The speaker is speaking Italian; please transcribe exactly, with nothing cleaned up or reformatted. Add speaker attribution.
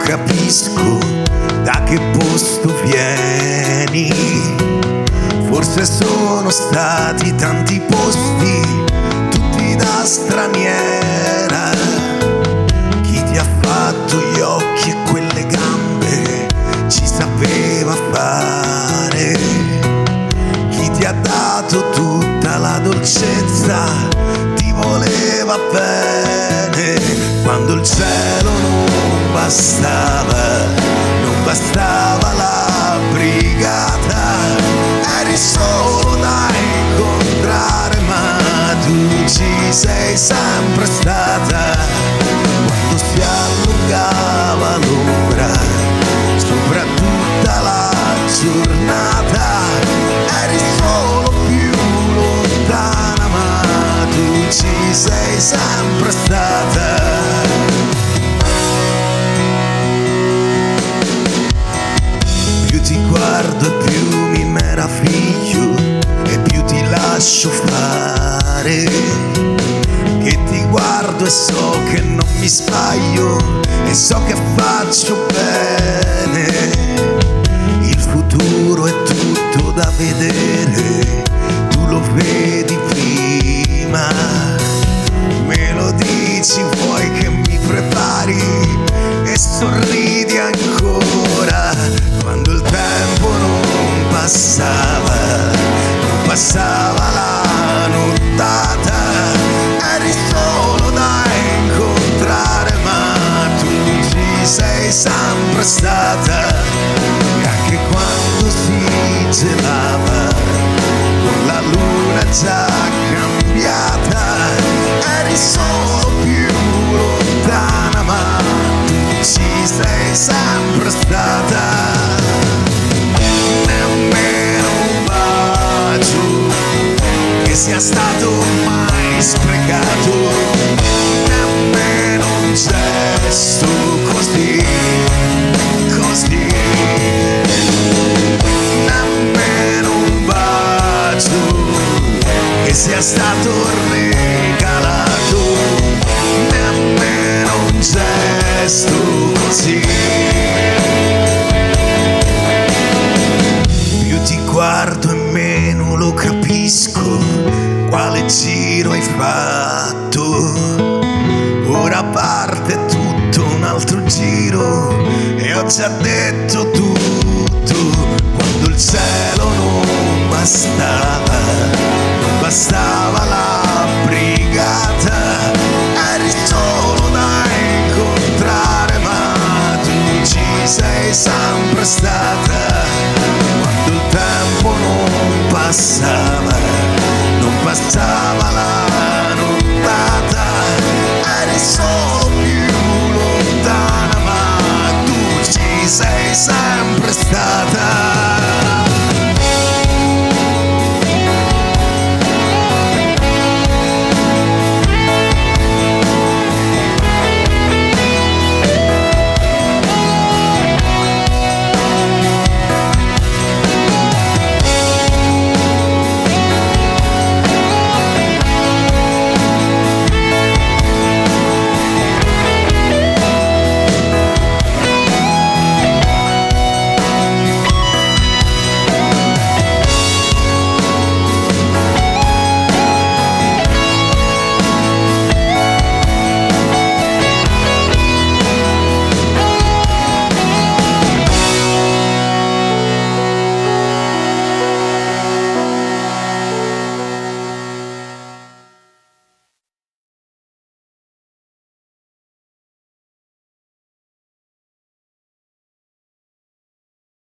Speaker 1: capisco da che posto vieni. Forse sono stati tanti posti, tutti da straniera. Chi ti ha fatto gli occhi e quelle gambe ci sapeva fare. Chi ti ha dato tutta la dolcezza ti voleva bene. Quando il cielo non bastava, non bastava la brigata, eri solo da incontrare, ma tu ci sei sempre stata. Quando si allungava l'ombra sopra tutta la giornata, eri solo più lontana, ma tu ci sei sempre stata. Più ti guardo e più mi meraviglio e più ti lascio fare. Che ti guardo e so che non mi sbaglio e so che faccio bene. Il futuro è tutto da vedere, tu lo vedi prima. Me lo dici, vuoi che mi prepari e sorridi ancora. Quando il tempo non passava, non passava la nottata, eri solo da incontrare, ma tu ci sei sempre stata. E anche quando si gelava, con la luna già cambiata, eri solo più lontana, ma tu ci sei sempre stata. Nemmeno un bacio che sia stato mai sprecato, nemmeno un gesto così, così. Nemmeno un bacio che sia stato regalato, nemmeno un gesto così. Più ti guardo e meno lo capisco quale giro hai fatto. Ora parte tutto un altro giro e ho già detto